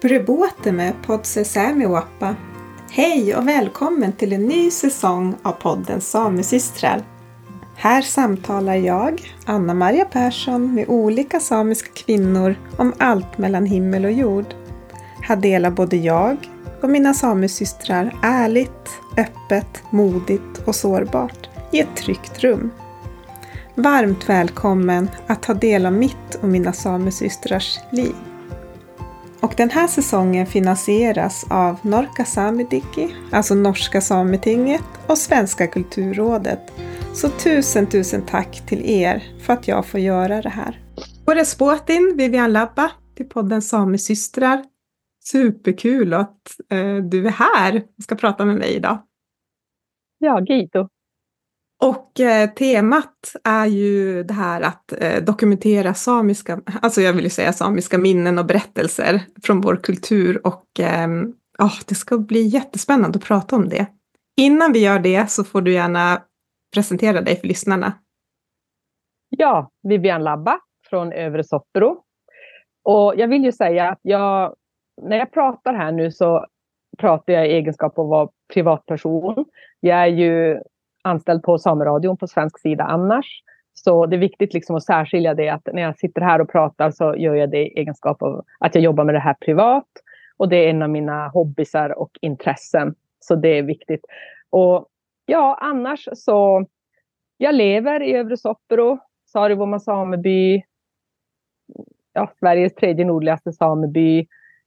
Brubote med Podse Saamiuoppa. Hej och välkommen till en ny säsong av podden Samesystrar. Här samtalar jag, Anna-Maria Persson, med olika samiska kvinnor om allt mellan himmel och jord. Här delar både jag och mina samesystrar ärligt, öppet, modigt och sårbart i ett tryggt rum. Varmt välkommen att ta del av mitt och mina samesystrars liv. Och den här säsongen finansieras av Norka Samediki, alltså Norska Sametinget och Svenska kulturrådet. Så tusen tack till er för att jag får göra det här. Respotin, Vivian Labba till podden Samesystrar. Superkul att du är här och ska prata med mig idag. Ja, Gito. Och temat är ju det här att dokumentera samiska, alltså jag vill ju säga samiska minnen och berättelser från vår kultur och det ska bli jättespännande att prata om det. Innan vi gör det så får du gärna presentera dig för lyssnarna. Ja, Vivian Labba från Övre Soppero. Och jag vill ju säga att när jag pratar här nu så pratar jag i egenskap av att vara privatperson. Jag är ju anställd på Sameradion på svensk sida annars. Så det är viktigt liksom att särskilja det att när jag sitter här och pratar så gör jag det i egenskap av att jag jobbar med det här privat. Och det är en av mina hobbysar och intressen. Så det är viktigt. Och ja, annars så jag lever i Övre Soppero, Saarivuoma sameby. Ja, Sveriges tredje nordligaste sameby.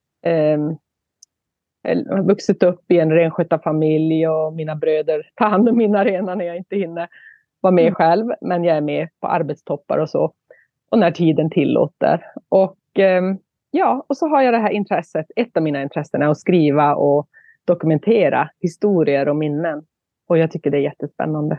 Jag har vuxit upp i en renskötarfamilj och mina bröder tar hand om mina renar när jag inte hinner vara med själv. Men jag är med på arbetstoppar och så. Och när tiden tillåter. Och och så har jag det här intresset. Ett av mina intressen är att skriva och dokumentera historier och minnen. Och jag tycker det är jättespännande.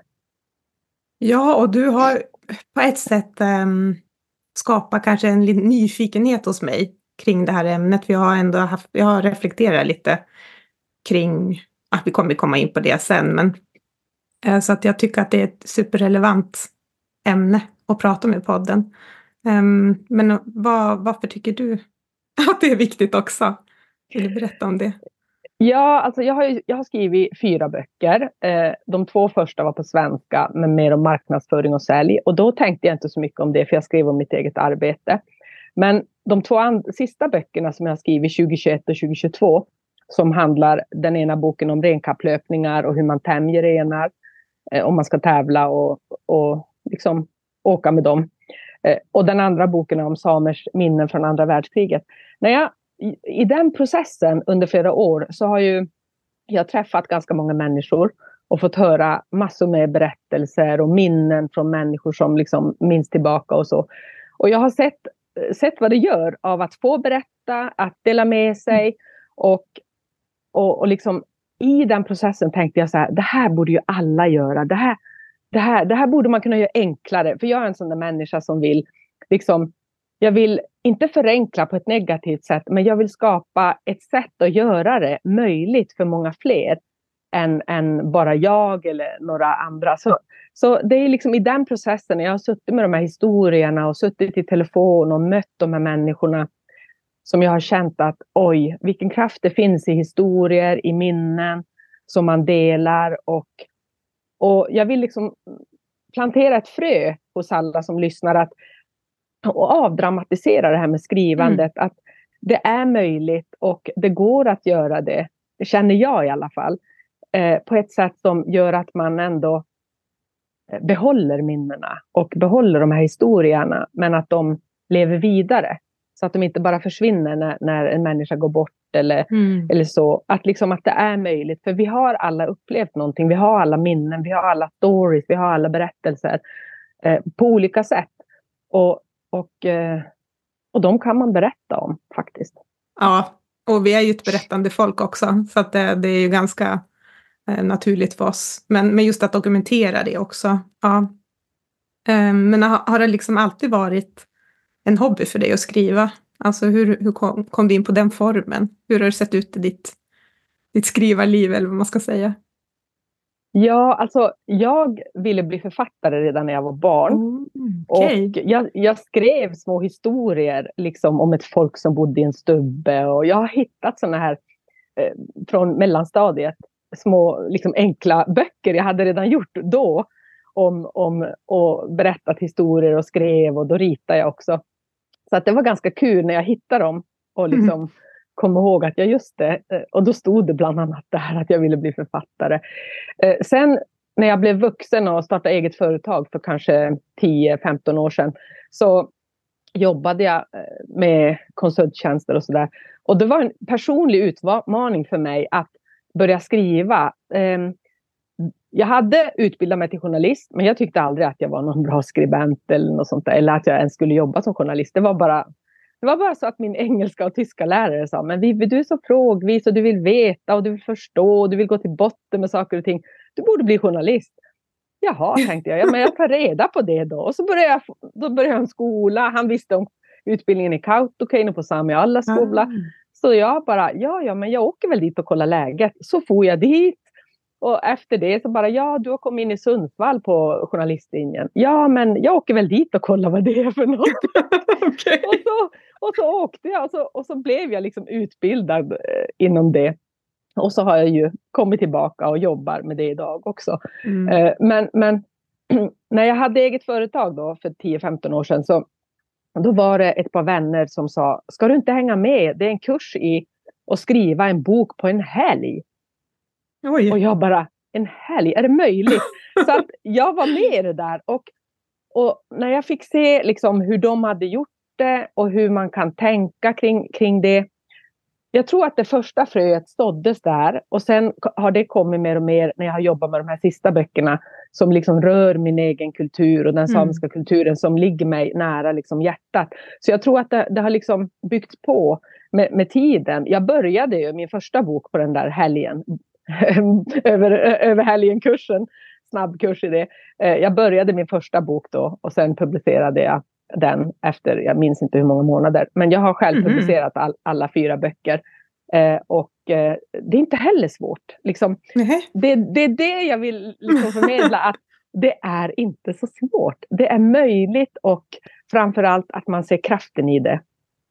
Ja, och du har på ett sätt skapat kanske en liten nyfikenhet hos mig kring det här ämnet. Jag har reflekterat lite kring, att vi kommer komma in på det sen, men så att jag tycker att det är ett superrelevant ämne att prata om i podden. Men varför tycker du att det är viktigt också? Vill du berätta om det? Ja, alltså jag har skrivit 4 böcker. De 2 första var på svenska, men mer om marknadsföring och sälj. Och då tänkte jag inte så mycket om det, för jag skrev om mitt eget arbete. Men de 2 sista böckerna som jag har skrivit 2021 och 2022, som handlar den ena boken om renkapplöpningar och hur man tämjer renar. Om man ska tävla och liksom åka med dem. Och den andra boken om samers minnen från andra världskriget. I den processen under flera år så har jag träffat ganska många människor och fått höra massor med berättelser och minnen från människor som liksom minns tillbaka och så. Och jag har sett vad det gör av att få berätta, att dela med sig och liksom i den processen tänkte jag så här, det här borde ju alla göra. Det här borde man kunna göra enklare, för jag är en sån där människa som vill liksom, jag vill inte förenkla på ett negativt sätt, men jag vill skapa ett sätt att göra det möjligt för många fler än bara jag eller några andra. Så det är liksom i den processen, jag har suttit med de här historierna och suttit i telefon och mött de här människorna, som jag har känt att oj, vilken kraft det finns i historier, i minnen som man delar. Och jag vill liksom plantera ett frö hos alla som lyssnar och avdramatisera det här med skrivandet. Att det är möjligt och det går att göra det. Det känner jag i alla fall. På ett sätt som gör att man ändå behåller minnena och behåller de här historierna. Men att de lever vidare. Så att de inte bara försvinner när en människa går bort eller så. Att det är möjligt. För vi har alla upplevt någonting. Vi har alla minnen. Vi har alla stories. Vi har alla berättelser. På olika sätt. Och de kan man berätta om faktiskt. Ja, och vi är ju ett berättande folk också. Så att det är ju ganska naturligt för oss. Men just att dokumentera det också. Ja. Men har det liksom alltid varit en hobby för dig att skriva? Alltså hur kom du in på den formen? Hur har det sett ut i ditt skrivarliv eller vad man ska säga? Ja, alltså jag ville bli författare redan när jag var barn. Okay. Och jag skrev små historier liksom, om ett folk som bodde i en stubbe. Och jag har hittat såna här från mellanstadiet. Små liksom, enkla böcker jag hade redan gjort då. Om och berättat historier och skrev, och då ritade jag också. Så att det var ganska kul när jag hittade dem. Och liksom kom ihåg att jag just det. Och då stod det bland annat där att jag ville bli författare. Sen när jag blev vuxen och startade eget företag för kanske 10-15 år sedan, så jobbade jag med konsulttjänster och sådär. Och det var en personlig utmaning för mig att börja skriva. Jag hade utbildat mig till journalist, men jag tyckte aldrig att jag var någon bra skribent eller något sånt där, eller att jag ens skulle jobba som journalist. Det var bara så att min engelska och tyska lärare sa, men Vivi, du är så frågvis och du vill veta och du vill förstå och du vill gå till botten med saker och ting. Du borde bli journalist. Jaha, tänkte jag. Ja, men jag tar reda på det då. Och så började jag en skola. Han visste om utbildningen i Kautokeino på Sami alla skola. Så jag bara, men jag åker väl dit och kollar läget. Så får jag dit. Och efter det så bara, du har kommit in i Sundsvall på journalistlinjen. Ja, men jag åker väl dit och kollar vad det är för något. Okay. Och så åkte jag och så blev jag liksom utbildad inom det. Och så har jag ju kommit tillbaka och jobbar med det idag också. Men när jag hade eget företag då för 10-15 år sedan, så då var det ett par vänner som sa, ska du inte hänga med? Det är en kurs i att skriva en bok på en helg. Oj. Och jag bara, en helg, är det möjligt? Så att jag var med i det där. Och när jag fick se liksom hur de hade gjort det och hur man kan tänka kring det. Jag tror att det första fröet såddes där, och sen har det kommit mer och mer när jag har jobbat med de här sista böckerna som liksom rör min egen kultur och den samiska kulturen som ligger mig nära liksom hjärtat. Så jag tror att det har liksom byggts på med tiden. Jag började ju min första bok på den där helgen, över helgenkursen, snabbkurs i det. Jag började min första bok då och sen publicerade jag den efter, jag minns inte hur många månader. Men jag har själv publicerat alla 4 böcker. Och det är inte heller svårt. Liksom, det är det jag vill liksom förmedla. Att det är inte så svårt. Det är möjligt, och framförallt att man ser kraften i det.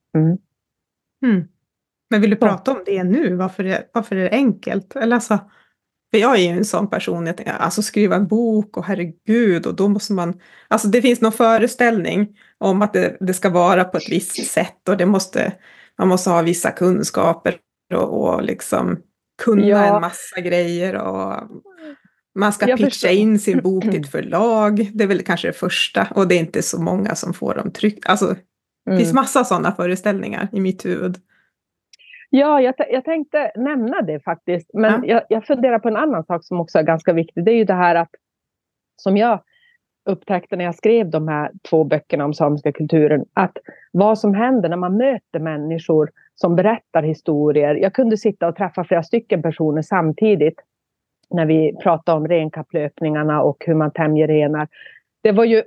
Men vill du prata om det nu? Varför är det enkelt? Eller alltså, för jag är ju en sån person, jag tänker, alltså skriva en bok och herregud, och då måste man, alltså det finns någon föreställning om att det ska vara på ett visst sätt, och man måste ha vissa kunskaper och liksom kunna en massa grejer, och man ska pitcha in sin bok till ett förlag, det är väl kanske det första, och det är inte så många som får dem tryckt, alltså det finns massa sådana föreställningar i mitt huvud. Ja, jag tänkte nämna det faktiskt. Men jag funderar på en annan sak som också är ganska viktig. Det är ju det här att, som jag upptäckte när jag skrev de här 2 böckerna om samiska kulturen, att vad som händer när man möter människor som berättar historier. Jag kunde sitta och träffa flera stycken personer samtidigt när vi pratade om renkapplöpningarna och hur man tämjer renar. Det var ju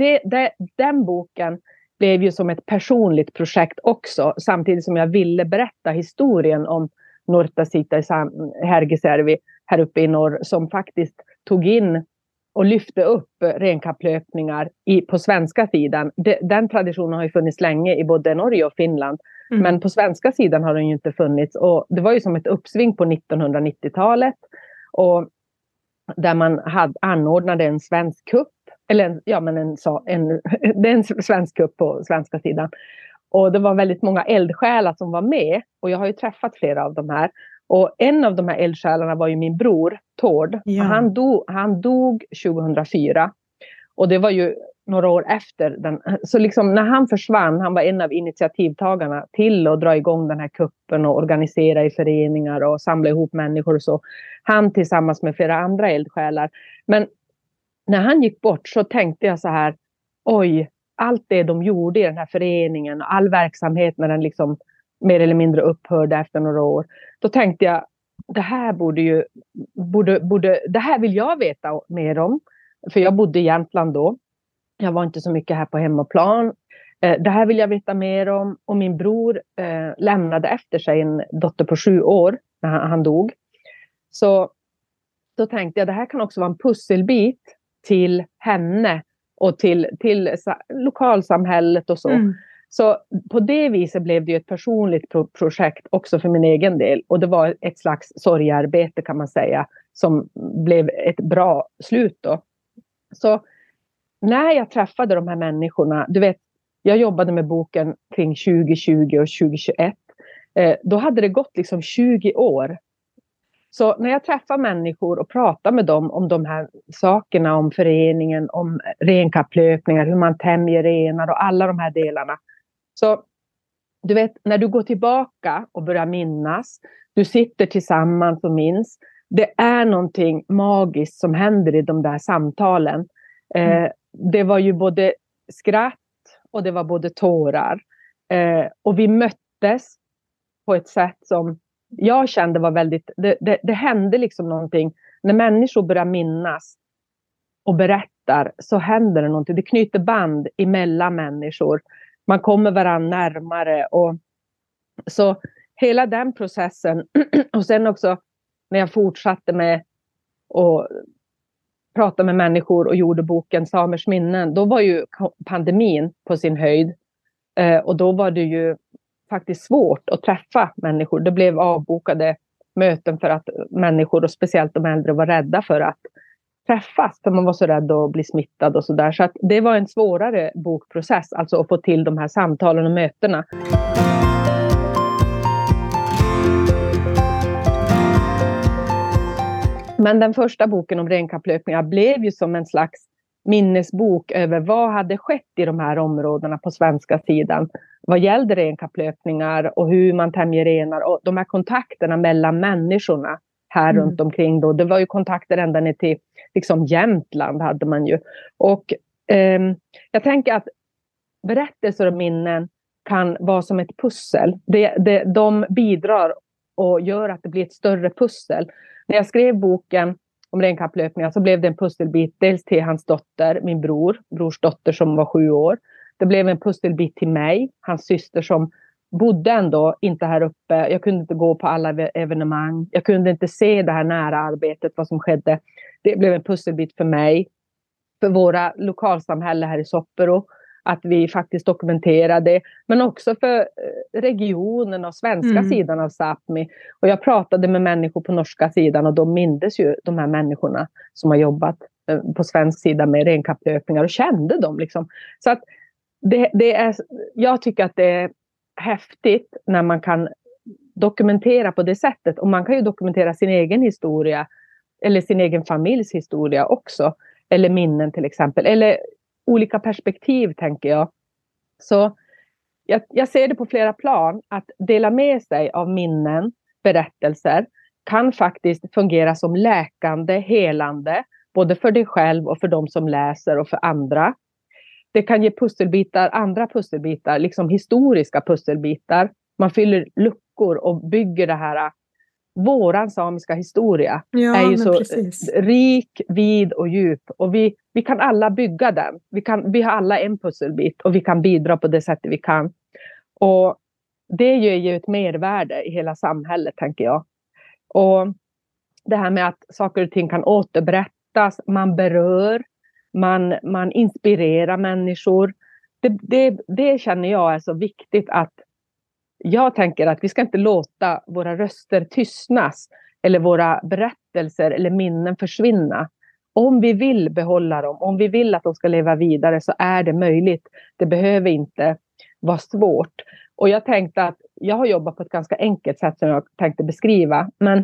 den boken blev ju som ett personligt projekt också, samtidigt som jag ville berätta historien om Nortasita i Härgesärvi här uppe i norr, som faktiskt tog in och lyfte upp renkapplöpningar på svenska sidan. Den traditionen har ju funnits länge i både Norge och Finland, men på svenska sidan har den ju inte funnits, och det var ju som ett uppsving på 1990-talet, och där man anordnade en svensk kupp. Eller det är en svensk kupp på svenska sidan. Och det var väldigt många eldsjälar som var med. Och jag har ju träffat flera av de här. Och en av de här eldsjälarna var ju min bror, Tord. Ja. Han dog 2004. Och det var ju några år efter. Så liksom när han försvann, han var en av initiativtagarna till att dra igång den här kuppen och organisera i föreningar och samla ihop människor och så. Han tillsammans med flera andra eldsjälar. Men när han gick bort så tänkte jag så här, oj, allt det de gjorde i den här föreningen och all verksamhet när den liksom mer eller mindre upphörde efter några år. Då tänkte jag, det här det här vill jag veta mer om. För jag bodde i Jämtland då. Jag var inte så mycket här på hemmaplan. Det här vill jag veta mer om. Och min bror lämnade efter sig en dotter på 7 år när han dog. Så då tänkte jag det här kan också vara en pusselbit till henne och till lokalsamhället och så. Mm. Så på det viset blev det ju ett personligt projekt också för min egen del. Och det var ett slags sorgarbete kan man säga, som blev ett bra slut då. Så när jag träffade de här människorna, du vet, jag jobbade med boken kring 2020 och 2021. Då hade det gått liksom 20 år. Så när jag träffar människor och pratar med dem om de här sakerna, om föreningen, om renkapplöpningar, hur man tämjer renar och alla de här delarna. Så du vet, när du går tillbaka och börjar minnas, du sitter tillsammans och minns, det är någonting magiskt som händer i de där samtalen. Det var ju både skratt och det var både tårar. Och vi möttes på ett sätt som jag kände var väldigt, det hände liksom någonting. När människor börjar minnas och berättar så händer det någonting. Det knyter band emellan människor. Man kommer varandra närmare. Och så hela den processen. Och sen också när jag fortsatte med att prata med människor och gjorde boken Samers minnen. Då var ju pandemin på sin höjd. Och då var det ju faktiskt svårt att träffa människor. Det blev avbokade möten för att människor och speciellt de äldre var rädda för att träffas. För man var så rädd att bli smittad och sådär. Så att det var en svårare bokprocess. Alltså att få till de här samtalen och mötena. Men den första boken om renkapplöpningar blev ju som en slags minnesbok över vad hade skett i de här områdena på svenska sidan. Vad gällde renkapplöpningar och hur man tämjer renar och de här kontakterna mellan människorna här runt omkring då. Det var ju kontakter ända ner till liksom Jämtland hade man ju. Och jag tänker att berättelser och minnen kan vara som ett pussel. De bidrar och gör att det blir ett större pussel. När jag skrev boken om renkapplöpningar så blev det en pusselbit dels till hans dotter, min brors dotter som var 7 år. Det blev en pusselbit till mig, hans syster som bodde ändå inte här uppe. Jag kunde inte gå på alla evenemang. Jag kunde inte se det här nära arbetet, vad som skedde. Det blev en pusselbit för mig, för våra lokalsamhälle här i Soppero. Att vi faktiskt dokumenterade, men också för regionen och svenska sidan av Sápmi. Och jag pratade med människor på norska sidan och de mindes ju de här människorna som har jobbat på svensk sida med renkapplöpningar och kände dem liksom. Så att jag tycker att det är häftigt när man kan dokumentera på det sättet. Och man kan ju dokumentera sin egen historia eller sin egen familjs historia också. Eller minnen till exempel. Eller olika perspektiv tänker jag. Så jag ser det på flera plan. Att dela med sig av minnen, berättelser kan faktiskt fungera som läkande, helande. Både för dig själv och för de som läser och för andra. Det kan ge andra pusselbitar, liksom historiska pusselbitar. Man fyller luckor och bygger det här. Våran samiska historia är ju så rik, vid och djup. Och vi kan alla bygga den. Vi har alla en pusselbit och vi kan bidra på det sättet vi kan. Och det ger ju ett mervärde i hela samhället tänker jag. Och det här med att saker och ting kan återberättas, man berör, man inspirerar människor. Det känner jag är så viktigt att jag tänker att vi ska inte låta våra röster tystnas eller våra berättelser eller minnen försvinna. Om vi vill behålla dem, om vi vill att de ska leva vidare så är det möjligt. Det behöver inte vara svårt. Och jag tänkte att jag har jobbat på ett ganska enkelt sätt som jag tänkte beskriva. Men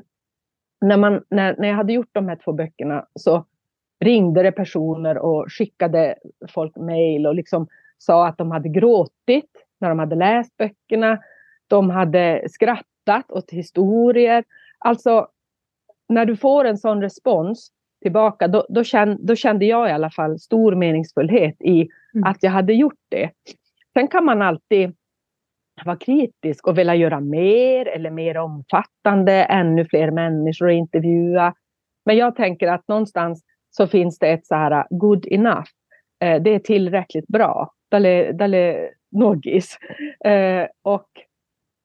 när jag hade gjort de här 2 böckerna så ringde det personer och skickade folk mejl och liksom sa att de hade gråtit när de hade läst böckerna. De hade skrattat åt historier. Alltså när du får en sån respons tillbaka då kände jag i alla fall stor meningsfullhet i att jag hade gjort det. Sen kan man alltid vara kritisk och vilja göra mer eller mer omfattande, ännu fler människor att intervjua. Men jag tänker att någonstans så finns det ett så här good enough. Det är tillräckligt bra. Dalle nogis. Och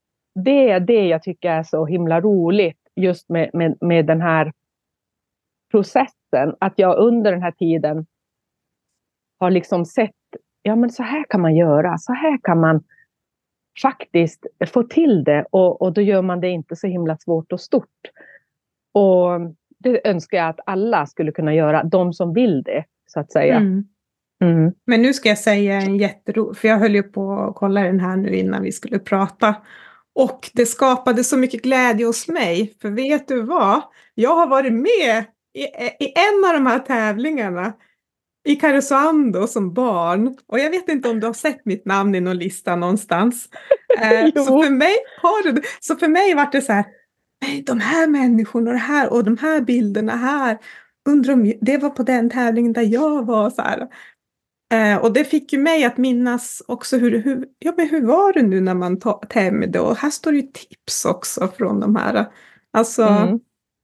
det är det jag tycker är så himla roligt just med den här processen. Att jag under den här tiden har liksom sett, ja men så här kan man göra. Så här kan man faktiskt få till det. Och då gör man det inte så himla svårt och stort. Och det önskar jag att alla skulle kunna göra. De som vill det, så att säga. Mm. Men nu ska jag säga en jätterolig, för jag höll ju på att kolla den här nu innan vi skulle prata. Och det skapade så mycket glädje hos mig. För vet du vad? Jag har varit med i en av de här tävlingarna i Karesuando som barn. Och jag vet inte om du har sett mitt namn i någon lista någonstans. Så för mig var det så här, nej, de här människorna här och de här bilderna här. Undrar om det var på den tävlingen där jag var så här. Och det fick ju mig att minnas också hur var det nu när man tämjde? Och här står ju tips också från de här. Alltså,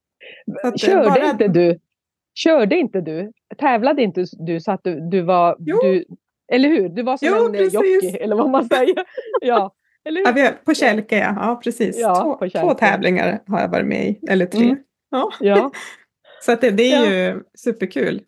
Körde inte du? Tävlade inte du så att du var... Du, eller hur? Du var som en jockey, eller vad man säger. Ja, eller hur? Ja, på Kälke, ja precis. Ja, två tävlingar har jag varit med i, eller 3. Ja. Så att det är ju superkul.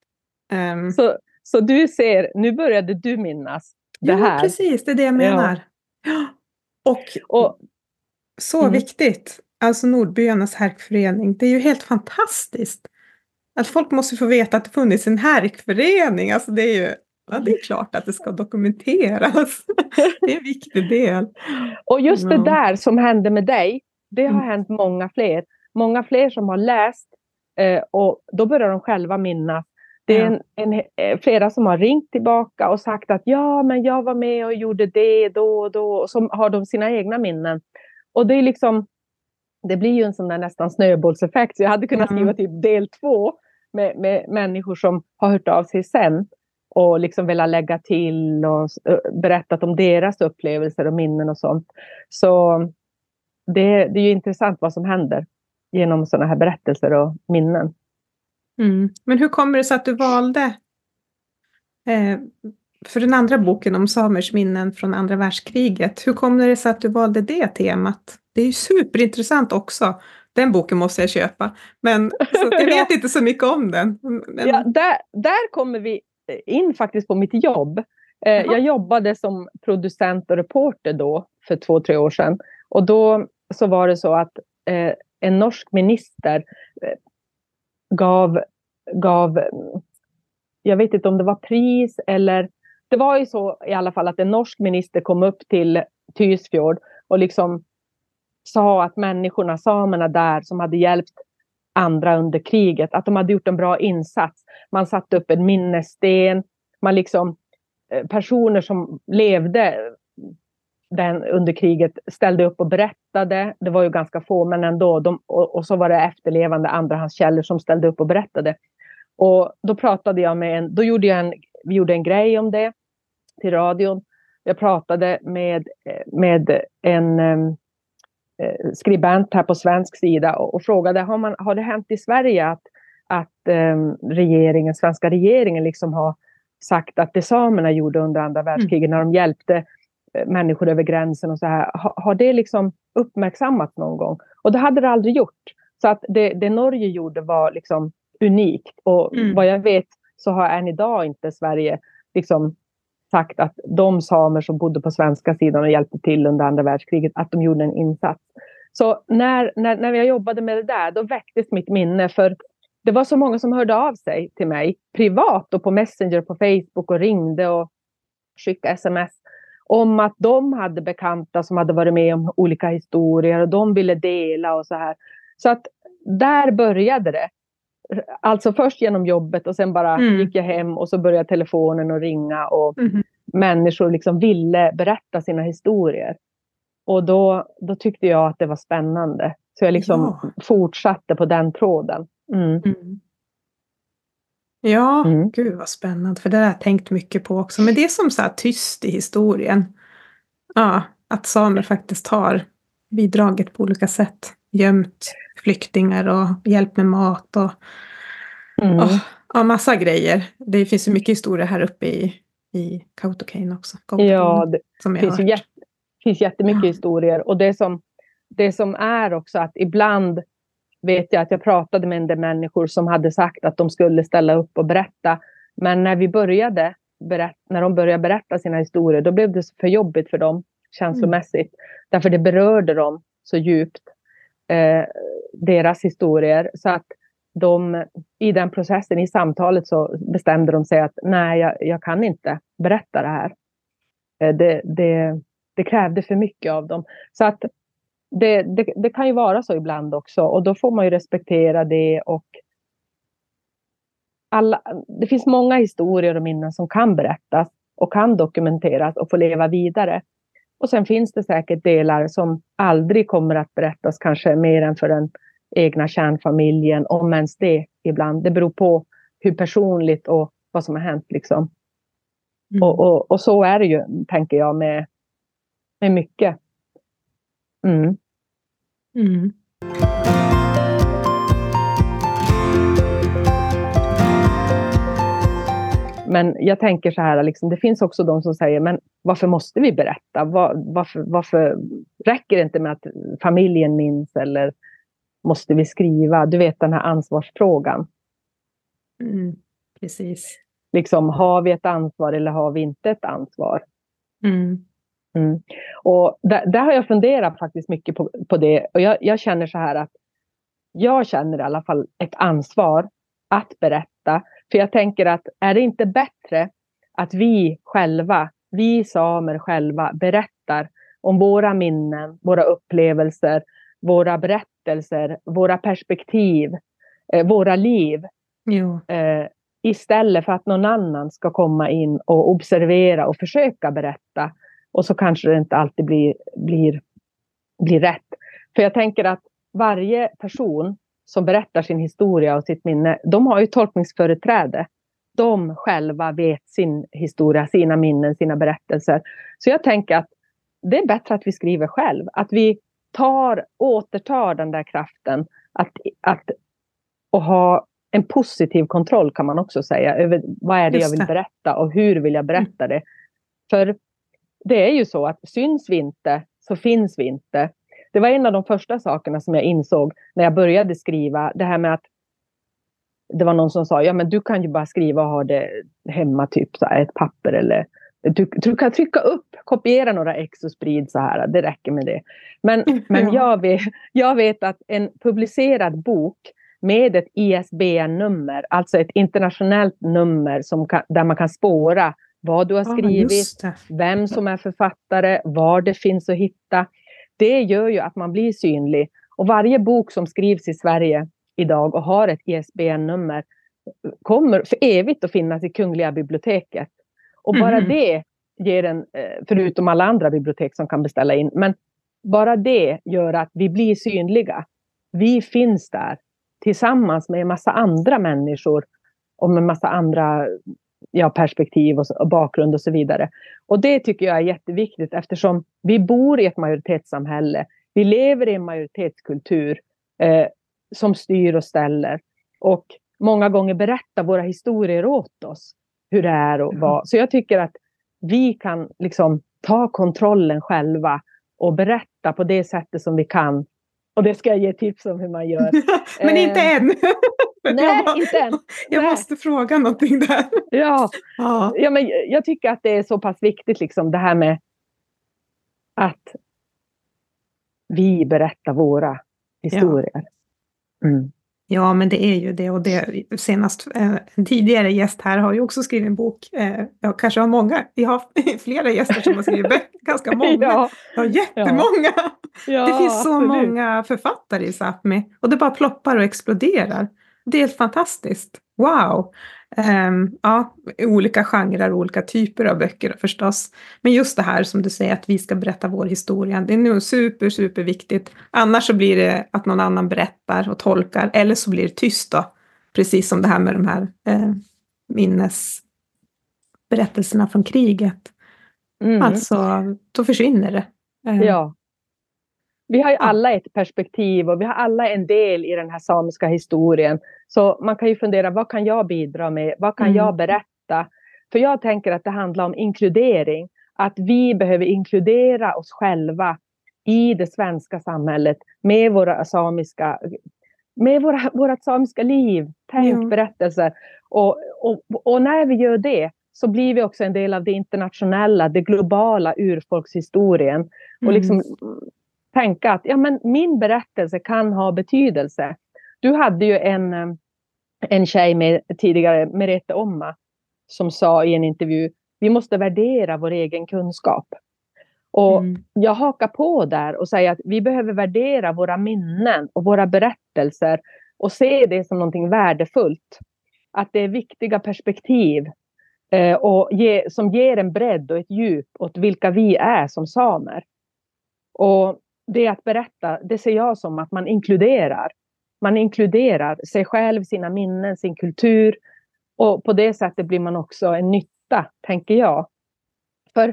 Så du ser, nu började du minnas det här. Ja, precis, det är det jag menar. Ja. Och så viktigt. Alltså Nordbyarnas härkförening, det är ju helt fantastiskt. Att folk måste få veta att det funnits en härkförening. Alltså det är ju, det är klart att det ska dokumenteras. Det är en viktig del. Och just det där som hände med dig, det har hänt många fler. Många fler som har läst och då börjar de själva minnas. Det är flera som har ringt tillbaka och sagt att ja, men jag var med och gjorde det då och då. Och så har de sina egna minnen. Och det är liksom, det blir ju en sån där nästan snöbollseffekt. Så jag hade kunnat skriva typ del 2 med människor som har hört av sig sen. Och liksom velat lägga till och berättat om deras upplevelser och minnen och sånt. Så det är ju intressant vad som händer genom sådana här berättelser och minnen. Men hur kommer det sig att du valde för den andra boken om samers minnen från andra världskriget? Hur kommer det sig att du valde det temat? Det är ju superintressant också. Den boken måste jag köpa. Men så jag vet inte så mycket om den. Men... Ja, där kommer vi in faktiskt på mitt jobb. Jag jobbade som producent och reporter då för 2-3 år sedan. Och då så var det så att en norsk minister gav, jag vet inte om det var pris eller, det var ju så i alla fall att en norsk minister kom upp till Tysfjord och liksom sa att människorna, samerna där som hade hjälpt andra under kriget, att de hade gjort en bra insats. Man satte upp en minnessten, man liksom, personer som levde under kriget ställde upp och berättade. Det var ju ganska få, men ändå. Och så var det efterlevande andrahandskällor som ställde upp och berättade. Och då pratade jag med vi gjorde en grej om det till radion. Jag pratade med en skribent här på svensk sida och frågade, har det hänt i Sverige att svenska regeringen liksom har sagt att det samerna gjorde under andra världskriget när de hjälpte människor över gränsen och så här, har det liksom uppmärksammats någon gång? Och det hade det aldrig gjort. Så att det Norge gjorde var liksom unikt. Och vad jag vet så har än idag inte Sverige liksom sagt att de samer som bodde på svenska sidan och hjälpte till under andra världskriget, att de gjorde en insats. Så när jag jobbade med det där, då väcktes mitt minne, för det var så många som hörde av sig till mig privat och på Messenger, på Facebook, och ringde och skickade sms om att de hade bekanta som hade varit med om olika historier och de ville dela och så här. Så att där började det. Alltså först genom jobbet och sen bara gick jag hem och så började telefonen att ringa och människor liksom ville berätta sina historier. Och då tyckte jag att det var spännande. Så jag liksom fortsatte på den tråden. Ja, gud vad spännande. För det har jag tänkt mycket på också. Men det är som så här tyst i historien. Ja, att samer faktiskt har bidragit på olika sätt. Gömt flyktingar och hjälpt med mat och massa grejer. Det finns ju mycket historia här uppe i Kautokeino också. Ja, det finns jättemycket historier. Och det som är också att ibland vet jag att jag pratade med en del människor som hade sagt att de skulle ställa upp och berätta. Men när när de började berätta sina historier, då blev det för jobbigt för dem känslomässigt. Därför det berörde dem så djupt, deras historier. Så att i den processen, i samtalet, så bestämde de sig att nej, jag kan inte berätta det här. Det krävde för mycket av dem. Så att det kan ju vara så ibland också. Och då får man ju respektera det. Och det finns många historier och minnen som kan berättas och kan dokumenteras och få leva vidare. Och sen finns det säkert delar som aldrig kommer att berättas, kanske mer än för den egna kärnfamiljen, om ens det ibland. Det beror på hur personligt och vad som har hänt liksom. Och så är det ju, tänker jag, med mycket. Men jag tänker så här, liksom, det finns också de som säger, men varför måste vi berätta? Varför räcker det inte med att familjen minns, eller måste vi skriva? Du vet, den här ansvarsfrågan. Precis. Liksom, har vi ett ansvar eller har vi inte ett ansvar? Och där har jag funderat faktiskt mycket på det. Och jag känner så här att jag känner i alla fall ett ansvar att berätta. För jag tänker att är det inte bättre att vi samer själva berättar om våra minnen, våra upplevelser, våra berättelser, våra perspektiv, våra liv. Istället för att någon annan ska komma in och observera och försöka berätta. Och så kanske det inte alltid blir rätt. För jag tänker att varje person som berättar sin historia och sitt minne, de har ju tolkningsföreträde. De själva vet sin historia, sina minnen, sina berättelser. Så jag tänker att det är bättre att vi skriver själv. Att vi återtar den där kraften. Och ha en positiv kontroll, kan man också säga, över vad är det jag vill berätta och hur vill jag berätta det. För det är ju så att syns vi inte så finns vi inte. Det var en av de första sakerna som jag insåg när jag började skriva. Det här med att det var någon som sa, ja men du kan ju bara skriva och ha det hemma, typ så här, ett papper, eller du kan trycka upp, kopiera några ex och sprid så här, det räcker med det. Men jag vet att en publicerad bok med ett ISBN-nummer, alltså ett internationellt nummer där man kan spåra vad du har skrivit, vem som är författare, var det finns att hitta. Det gör ju att man blir synlig. Och varje bok som skrivs i Sverige idag och har ett ISBN-nummer kommer för evigt att finnas i Kungliga biblioteket. Och bara det ger en, förutom alla andra bibliotek som kan beställa in, men bara det gör att vi blir synliga. Vi finns där tillsammans med en massa andra människor och med en massa andra perspektiv och bakgrund och så vidare. Och det tycker jag är jätteviktigt, eftersom vi bor i ett majoritetssamhälle. Vi lever i en majoritetskultur som styr och ställer. Och många gånger berättar våra historier åt oss hur det är och vad. Så jag tycker att vi kan liksom ta kontrollen själva och berätta på det sättet som vi kan. Och det ska jag ge tips om hur man gör. Men inte än. Nej, inte än. Jag måste fråga någonting där. Ja, men jag tycker att det är så pass viktigt, liksom, det här med att vi berättar våra historier. Ja, men det är ju det. Och det senast, en tidigare gäst här har ju också skrivit en bok. Jag kanske har många. Vi har flera gäster som har skrivit ganska många. Ja, jättemånga. Ja, det finns så många författare i Sápmi. Och det bara ploppar och exploderar. Det är helt fantastiskt. Wow! Olika genrer, olika typer av böcker förstås. Men just det här som du säger, att vi ska berätta vår historia. Det är nu super viktigt. Annars så blir det att någon annan berättar och tolkar. Eller så blir det tyst då. Precis som det här med de här minnesberättelserna från kriget. Alltså, då försvinner det. Ja. Vi har ju alla ett perspektiv och vi har alla en del i den här samiska historien. Så man kan ju fundera, vad kan jag bidra med? Vad kan jag berätta? För jag tänker att det handlar om inkludering. Att vi behöver inkludera oss själva i det svenska samhället med våra samiska med vårat samiska liv, tänk, berättelser. Och när vi gör det så blir vi också en del av det internationella, det globala urfolkshistorien. Och liksom tänka att men min berättelse kan ha betydelse. Du hade ju en tjej med tidigare, Merete Omma, som sa i en intervju, vi måste värdera vår egen kunskap. Och jag hakar på där och säger att vi behöver värdera våra minnen och våra berättelser och se det som någonting värdefullt. Att det är viktiga perspektiv som ger en bredd och ett djup åt vilka vi är som samer. Och det att berätta, det ser jag som att man inkluderar. Man inkluderar sig själv, sina minnen, sin kultur. Och på det sättet blir man också en nytta, tänker jag. För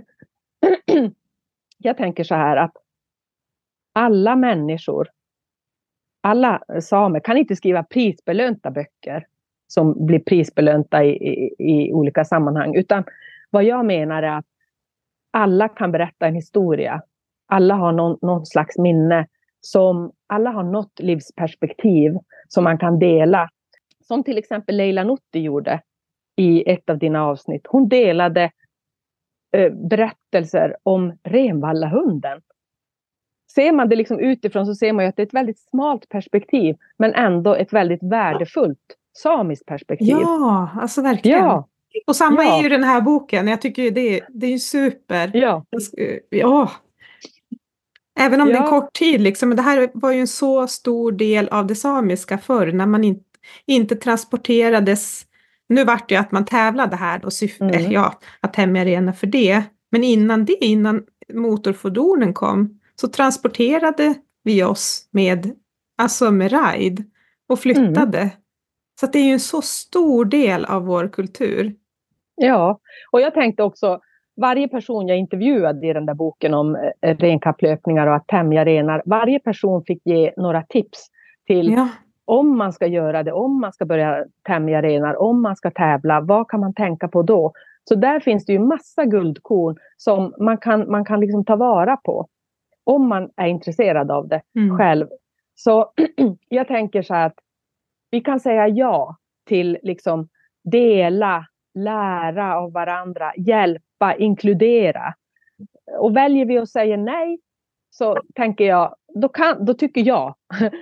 jag tänker så här att alla människor, alla samer kan inte skriva prisbelönta böcker som blir prisbelönta i olika sammanhang. Utan vad jag menar är att alla kan berätta en historia. Alla har någon slags minne. Alla har något livsperspektiv som man kan dela. Som till exempel Leila Nutti gjorde i ett av dina avsnitt. Hon delade berättelser om Renvallahunden. Ser man det liksom utifrån så ser man ju att det är ett väldigt smalt perspektiv. Men ändå ett väldigt värdefullt samiskt perspektiv. Ja, alltså verkligen. Ja. Och samma är ju den här boken. Jag tycker ju det är ju super. Ja. Ja. Även om det är en kort tid liksom. Men det här var ju en så stor del av det samiska förr. När man inte transporterades. Nu vart det ju att man tävlade här. Och att tämja rena för det. Men innan motorfordonen kom. Så transporterade vi oss med ride. Och flyttade. Så att det är ju en så stor del av vår kultur. Ja, och jag tänkte också, varje person jag intervjuade i den där boken om renkapplöpningar och att tämja renar, varje person fick ge några tips till om man ska göra det, om man ska börja tämja renar, om man ska tävla, vad kan man tänka på då? Så där finns det ju massa guldkorn som man kan liksom ta vara på om man är intresserad av det själv. Så jag tänker så här att vi kan säga ja till liksom dela, lära av varandra, hjälpa, inkludera. Och väljer vi att säga nej så tänker jag, då tycker jag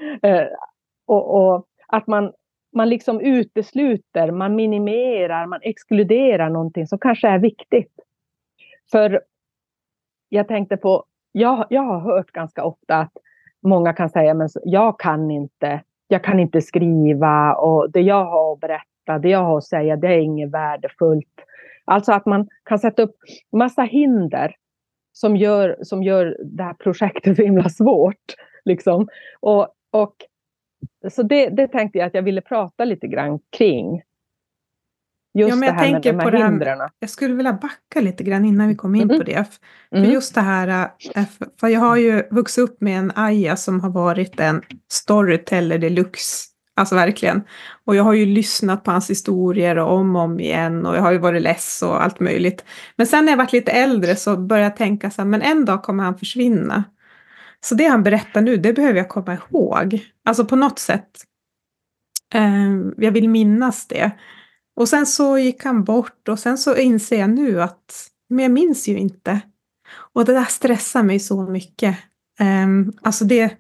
och att man liksom utesluter, man minimerar, man exkluderar någonting som kanske är viktigt. För jag tänkte på, jag har hört ganska ofta att många kan säga, men jag kan inte skriva och det jag har att berätta, det jag har att säga, det är inget värdefullt. Alltså att man kan sätta upp massa hinder som gör det här projektet så himla svårt. Liksom. Och så det tänkte jag att jag ville prata lite grann kring. Just men jag det här tänker med de här hindren. Jag skulle vilja backa lite grann innan vi kom in på det. För just det här, för jag har ju vuxit upp med en Aja som har varit en storyteller deluxe. Alltså verkligen. Och jag har ju lyssnat på hans historier om och om igen. Och jag har ju varit less och allt möjligt. Men sen när jag varit lite äldre så började jag tänka så här, men en dag kommer han försvinna. Så det han berättar nu, det behöver jag komma ihåg. Alltså på något sätt. Jag vill minnas det. Och sen så gick han bort och sen så inser jag nu att men jag minns ju inte. Och det där stressar mig så mycket. Alltså det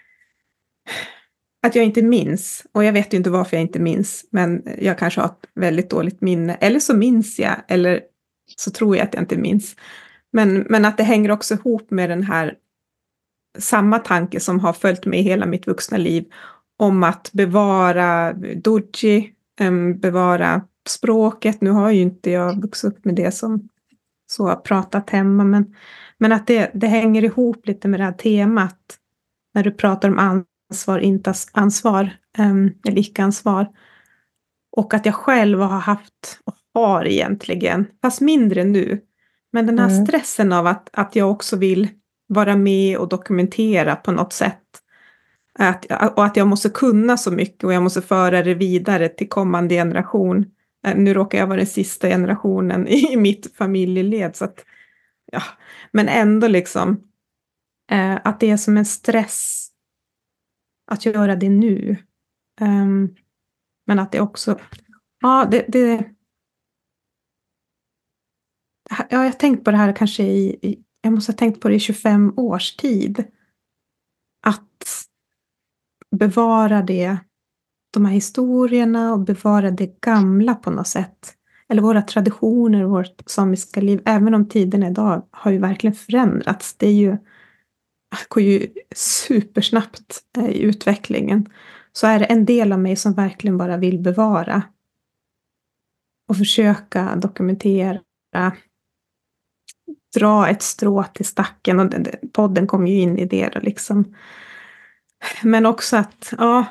att jag inte minns. Och jag vet ju inte varför jag inte minns. Men jag kanske har ett väldigt dåligt minne. Eller så minns jag. Eller så tror jag att jag inte minns. Men att det hänger också ihop med den här samma tanke som har följt mig hela mitt vuxna liv. Om att bevara Doji. Bevara språket. Nu har ju inte jag vuxit upp med det som så har pratat hemma. Men att det hänger ihop lite med det här temat. När du pratar om ansvar, inte ansvar. Eller icke-ansvar. Och att jag själv har haft och har egentligen. Fast mindre nu. Men den här stressen av att jag också vill vara med och dokumentera på något sätt. Och att jag måste kunna så mycket och jag måste föra det vidare till kommande generation. Nu råkar jag vara den sista generationen i mitt familjeled. Så att, men ändå liksom att det är som en stress att göra det nu. Men att det också, ja, jag har tänkt på det här kanske jag måste ha tänkt på det i 25 års tid. Att bevara de här historierna och bevara det gamla på något sätt. Eller våra traditioner, vårt samiska liv. Även om tiden idag har ju verkligen förändrats. Det går ju supersnabbt i utvecklingen. Så är det en del av mig som verkligen bara vill bevara. Och försöka dokumentera. Dra ett strå till stacken. Och podden kom ju in i det då liksom. Men också att, ja.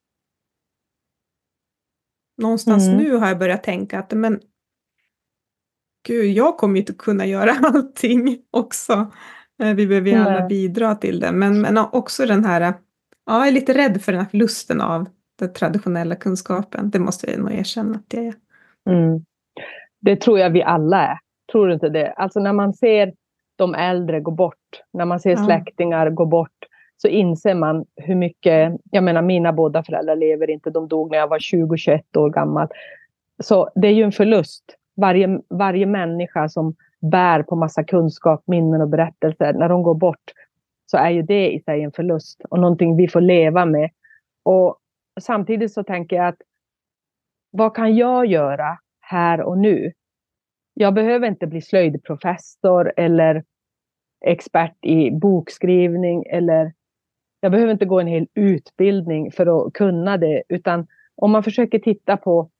Någonstans nu har jag börjat tänka att men gud, jag kommer inte kunna göra allting också. Vi behöver ju alla bidra till det. Men också den här, ja, jag är lite rädd för den här förlusten av den traditionella kunskapen. Det måste jag nog erkänna att jag är. Det tror jag vi alla är. Tror du inte det? Alltså när man ser de äldre gå bort, när man ser släktingar gå bort, så inser man hur mycket, jag menar mina båda föräldrar lever inte, de dog när jag var 20-21 år gammal. Så det är ju en förlust. Varje människa som bär på massa kunskap, minnen och berättelser, när de går bort så är ju det i sig en förlust och någonting vi får leva med. Och samtidigt så tänker jag att vad kan jag göra här och nu? Jag behöver inte bli slöjdprofessor eller expert i bokskrivning, eller jag behöver inte gå en hel utbildning för att kunna det, utan om man försöker titta på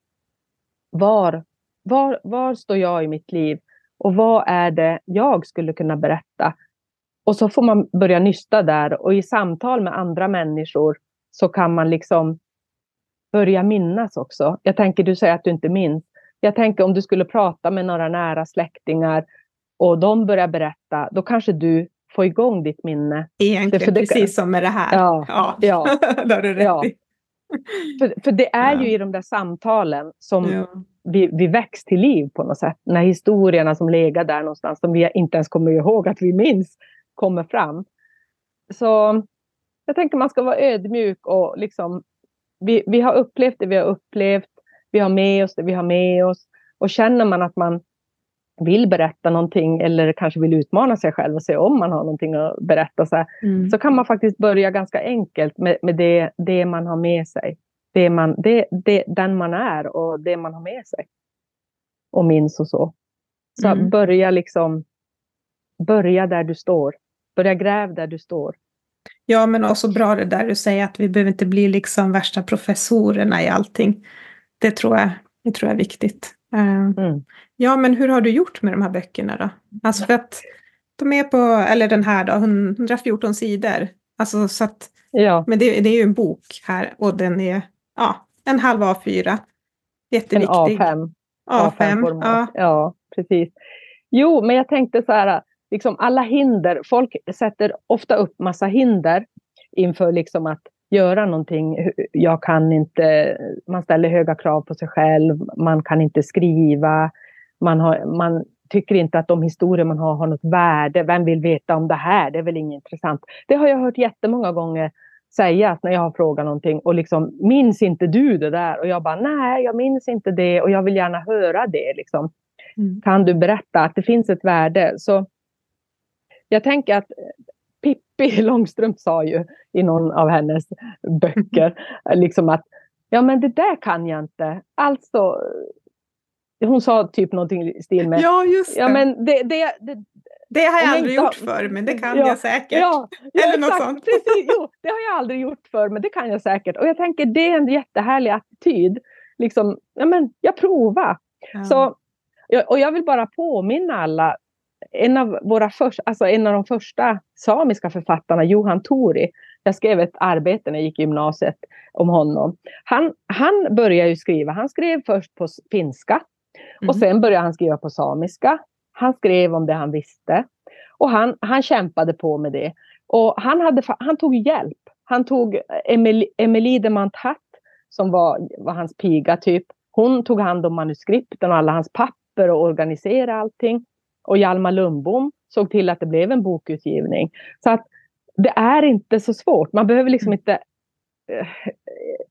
var står jag i mitt liv och vad är det jag skulle kunna berätta, och så får man börja nysta där, och i samtal med andra människor så kan man liksom börja minnas också. Jag tänker, du säger att du inte minns. Jag tänker om du skulle prata med några nära släktingar och de börjar berätta, då kanske du får igång ditt minne. Egentligen precis som med det här. Ja. Det har du rätt i. För det är ju i de där samtalen som vi väcks till liv på något sätt. När historierna som legat där någonstans, som vi inte ens kommer ihåg att vi minns, kommer fram. Så jag tänker man ska vara ödmjuk och liksom, vi har upplevt det vi har upplevt. Vi har med oss det vi har med oss. Och känner man att man vill berätta någonting eller kanske vill utmana sig själv och se om man har någonting att berätta, så kan man faktiskt börja ganska enkelt med det man har med sig. Den man är och det man har med sig. Och minns och så. Så börja där du står. Börja gräv där du står. Ja, men också bra det där du säger att vi behöver inte bli liksom värsta professorerna i allting. Det tror jag är viktigt. Ja, men hur har du gjort med de här böckerna då? Alltså för att de är på, eller den här då, 114 sidor. Alltså så att, men det är ju en bok här och den är en halv A4. Jätteviktig. En A5-format. Ja, precis. Jo, men jag tänkte så här, liksom alla hinder, folk sätter ofta upp massa hinder inför liksom att göra någonting. Jag kan inte, man ställer höga krav på sig själv, man kan inte skriva, man tycker inte att de historier man har något värde, vem vill veta om det här, det är väl inget intressant. Det har jag hört jättemånga gånger sägas när jag har frågat någonting och liksom, minns inte du det där? Och jag bara, nej, jag minns inte det och jag vill gärna höra det liksom. Kan du berätta att det finns ett värde? Så jag tänker att Pippi Långstrump sa ju i någon av hennes böcker liksom att ja, men det där kan jag inte. Alltså, hon sa typ någonting i stil med just det. Ja, men det har jag aldrig gjort förr, men det kan jag säkert. Eller något sånt. Precis, det har jag aldrig gjort förr, men det kan jag säkert. Och jag tänker, det är en jättehärlig attityd. Liksom, ja, men jag provar. Så, och jag vill bara påminna alla. En av de första samiska författarna, Johan Tori. Jag skrev ett arbete när jag gick i gymnasiet om honom. Han började ju skriva. Han skrev först på finska. Och sen började han skriva på samiska. Han skrev om det han visste. Och han kämpade på med det. Och han tog hjälp. Han tog Emilie de Monthat, som var hans piga typ. Hon tog hand om manuskripten och alla hans papper och organiserade allting. Och Hjalmar Lundbom såg till att det blev en bokutgivning. Så att det är inte så svårt. Man behöver liksom inte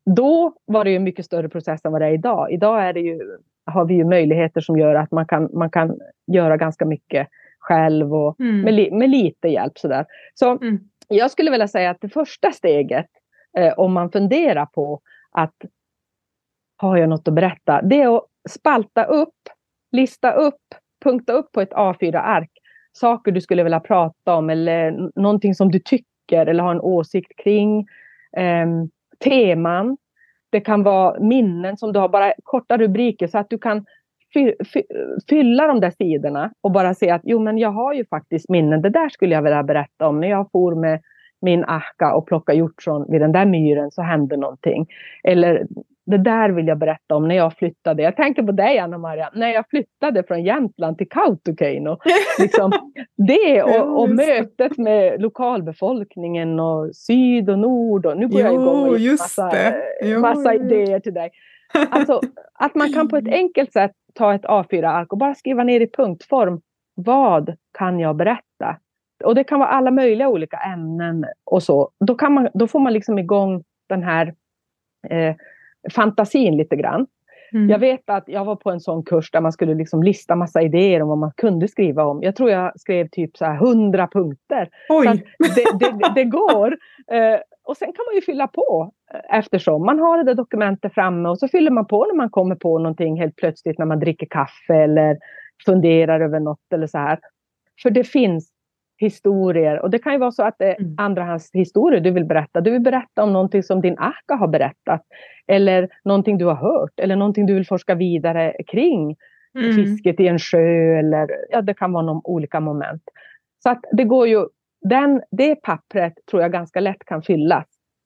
då var det ju en mycket större process än vad det är idag. Idag är det ju, har vi ju möjligheter som gör att man kan göra ganska mycket själv och med lite hjälp sådär. Så jag skulle vilja säga att det första steget om man funderar på att har jag något att berätta, det är att spalta upp, lista upp, punkta upp på ett A4-ark saker du skulle vilja prata om eller någonting som du tycker eller har en åsikt kring, teman. Det kan vara minnen som du har, bara korta rubriker så att du kan fylla de där sidorna och bara se att jo men jag har ju faktiskt minnen, det där skulle jag vilja berätta om när jag for med min akka och plocka hjortron vid den där myren så hände någonting. Eller det där vill jag berätta om när jag flyttade. Jag tänker på dig Anna-Maria, när jag flyttade från Jämtland till Kautokeino. Liksom, det och mötet med lokalbefolkningen och syd och nord. Och nu går jag igång och ger massa idéer till dig. Alltså att man kan på ett enkelt sätt ta ett A4-ark och bara skriva ner i punktform. Vad kan jag berätta? Och det kan vara alla möjliga olika ämnen och så. Då får man liksom igång den här fantasin lite grann. Jag vet att jag var på en sån kurs där man skulle liksom lista massa idéer om vad man kunde skriva om. Jag tror jag skrev typ så här 100 punkter. Oj. Så det går. Och sen kan man ju fylla på eftersom man har det där dokumentet framme och så fyller man på när man kommer på någonting helt plötsligt när man dricker kaffe eller funderar över något eller så här. För det finns historier och det kan ju vara så att det är andrahandshistorier du vill berätta. Du vill berätta om någonting som din akka har berättat eller någonting du har hört eller någonting du vill forska vidare kring. Fisket i en sjö eller ja, det kan vara någon olika moment. Så att det går ju, det pappret tror jag ganska lätt kan fyllas.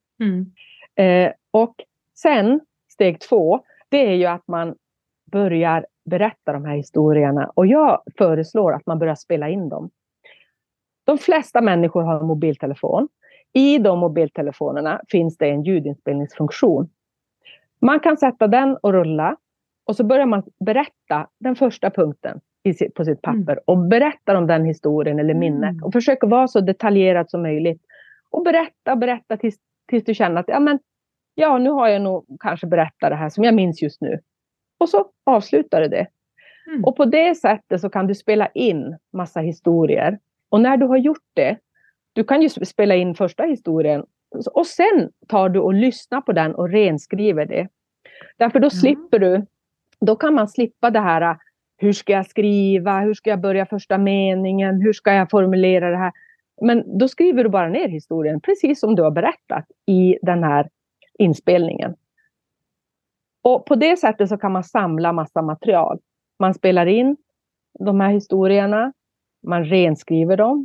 Och sen steg 2, det är ju att man börjar berätta de här historierna och jag föreslår att man börjar spela in dem. De flesta människor har en mobiltelefon. I de mobiltelefonerna finns det en ljudinspelningsfunktion. Man kan sätta den och rulla. Och så börjar man berätta den första punkten på sitt papper. Och berätta om den historien eller minnet. Och försöka vara så detaljerad som möjligt. Och berätta tills du känner att nu har jag nog kanske berättat det här som jag minns just nu. Och så avslutar det. Och på det sättet så kan du spela in massa historier. Och när du har gjort det, du kan ju spela in första historien och sen tar du och lyssnar på den och renskriver det. Därför då slipper då kan man slippa det här, hur ska jag skriva, hur ska jag börja första meningen, hur ska jag formulera det här. Men då skriver du bara ner historien, precis som du har berättat i den här inspelningen. Och på det sättet så kan man samla massa material. Man spelar in de här historierna. Man renskriver dem.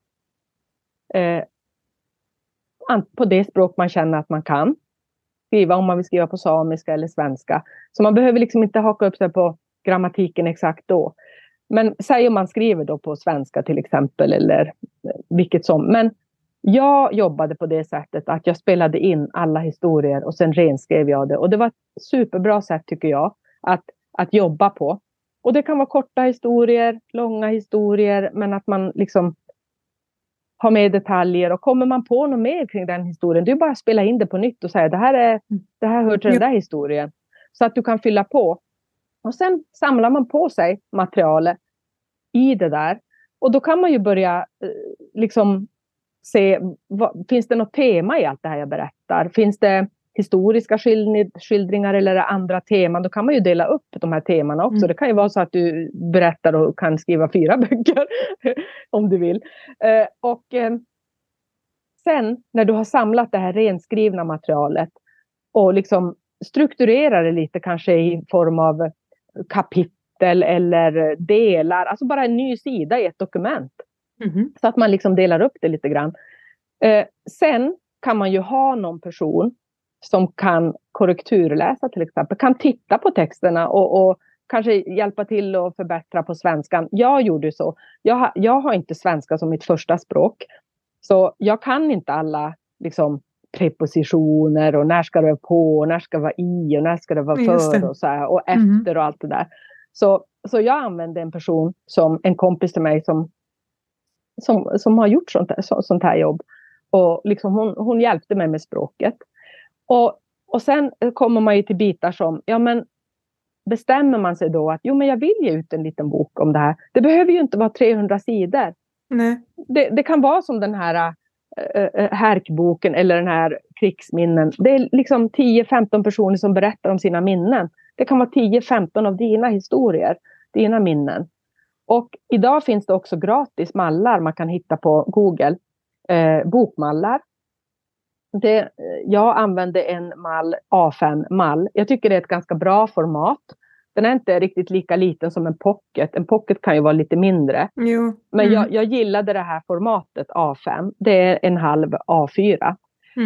På det språk man känner att man kan. Skriva om man vill skriva på samiska eller svenska. Så man behöver liksom inte haka upp sig på grammatiken exakt då. Men säg om man skriver då på svenska till exempel. Eller vilket som. Men jag jobbade på det sättet att jag spelade in alla historier. Och sen renskrev jag det. Och det var ett superbra sätt tycker jag. Att jobba på. Och det kan vara korta historier, långa historier, men att man liksom har med detaljer. Och kommer man på något mer kring den historien, det är bara att spela in det på nytt och säga det här hör till den där historien. Så att du kan fylla på. Och sen samlar man på sig materialet i det där. Och då kan man ju börja liksom se, finns det något tema i allt det här jag berättar? Finns det historiska skildringar eller andra teman, då kan man ju dela upp de här temana också. Det kan ju vara så att du berättar och kan skriva 4 böcker om du vill. Sen när du har samlat det här renskrivna materialet och liksom strukturerar det lite kanske i form av kapitel eller delar, alltså bara en ny sida i ett dokument. Så att man liksom delar upp det lite grann. Sen kan man ju ha någon person som kan korrekturläsa till exempel. Kan titta på texterna och kanske hjälpa till att förbättra på svenskan. Jag gjorde så. Jag har inte svenska som mitt första språk. Så jag kan inte alla liksom, prepositioner och när ska det vara på och när ska det vara i och när ska det vara för och så här, och efter och allt det där. Så jag använde en person en kompis till mig som har gjort sånt här jobb. Och liksom hon hjälpte mig med språket. Och Och sen kommer man ju till bitar som, ja men bestämmer man sig då att jo men jag vill ge ut en liten bok om det här. Det behöver ju inte vara 300 sidor. Nej. Det kan vara som den här härkboken eller den här krigsminnen. Det är liksom 10-15 personer som berättar om sina minnen. Det kan vara 10-15 av dina historier, dina minnen. Och idag finns det också gratis mallar man kan hitta på Google. Bokmallar. Jag använde en mall, A5-mall. Jag tycker det är ett ganska bra format. Den är inte riktigt lika liten som en pocket. En pocket kan ju vara lite mindre. Jo. Men jag gillade det här formatet A5. Det är en halv A4.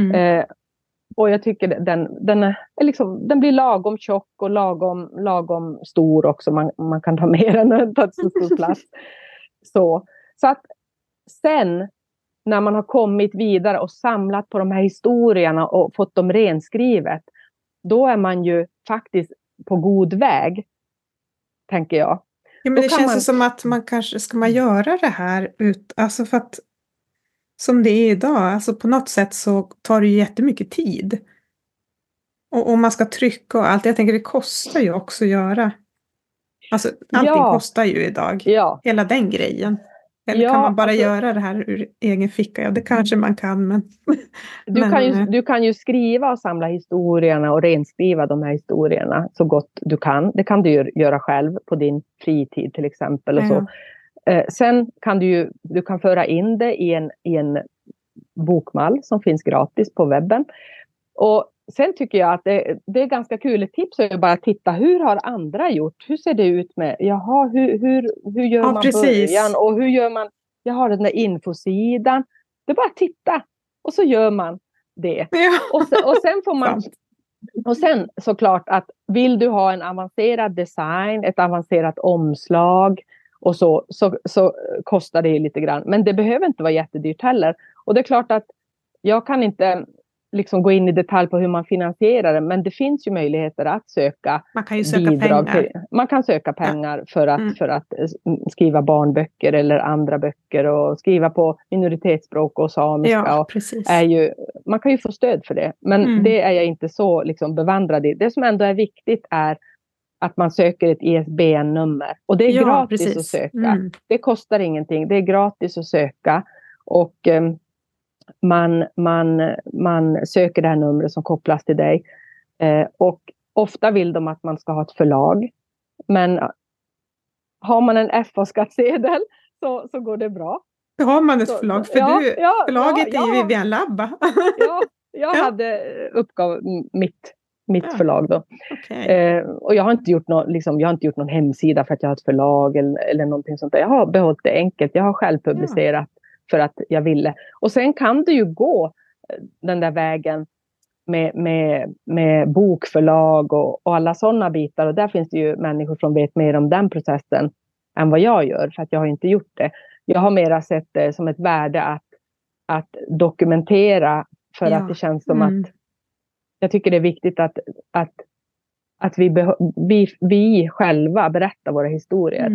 Och jag tycker den är liksom, den blir lagom tjock och lagom stor också. Man kan ta mer än ta så stor plats. Så att sen när man har kommit vidare och samlat på de här historierna och fått dem renskrivet, då är man ju faktiskt på god väg, tänker jag. Ja, men det känns som att man kanske ska man göra det här alltså för att som det är idag, alltså på något sätt så tar det ju jättemycket tid. Och man ska trycka och allt. Jag tänker det kostar ju också att göra. Alltså allting kostar ju idag. Ja. Hela den grejen. Eller kan man bara göra det här ur egen ficka? Ja, det kanske man kan, men... Du kan ju skriva och samla historierna och renskriva de här historierna så gott du kan. Det kan du göra själv på din fritid till exempel. Och så. Sen kan du kan föra in det i en bokmall som finns gratis på webben. Och sen tycker jag att det är ganska kul. Ett tips är bara att titta, hur har andra gjort? Hur ser det ut med, hur gör man början? Och hur gör man, jag har den där infosidan. Det är bara att titta. Och så gör man det. Ja. Och sen får man, och sen såklart att vill du ha en avancerad design, ett avancerat omslag och så kostar det lite grann. Men det behöver inte vara jättedyrt heller. Och det är klart att jag kan inte liksom gå in i detalj på hur man finansierar det, men det finns ju möjligheter att söka man kan ju söka bidrag pengar. Man kan söka pengar för att skriva barnböcker eller andra böcker och skriva på minoritetsspråk och samiska. Ja, och precis. Man kan ju få stöd för det, men det är jag inte så liksom bevandrad i. Det som ändå är viktigt är att man söker ett ISBN-nummer. Och det är gratis att söka. Det kostar ingenting. Det är gratis att söka. Och man söker det här numret som kopplas till dig. Och ofta vill de att man ska ha ett förlag. Men har man en FA-skattsedel så går det bra. Då har man ett förlag. För förlaget är ju Vivian Labba. Jag hade uppgav mitt förlag då. Okay. Och jag har inte gjort någon hemsida för att jag har ett förlag eller någonting sånt där. Jag har behållit det enkelt. Jag har själv publicerat för att jag ville. Och sen kan du ju gå den där vägen med bokförlag och alla sådana bitar. Och där finns det ju människor som vet mer om den processen än vad jag gör. För att jag har inte gjort det. Jag har mera sett det som ett värde att dokumentera. För att det känns som att jag tycker det är viktigt att vi själva berättar våra historier.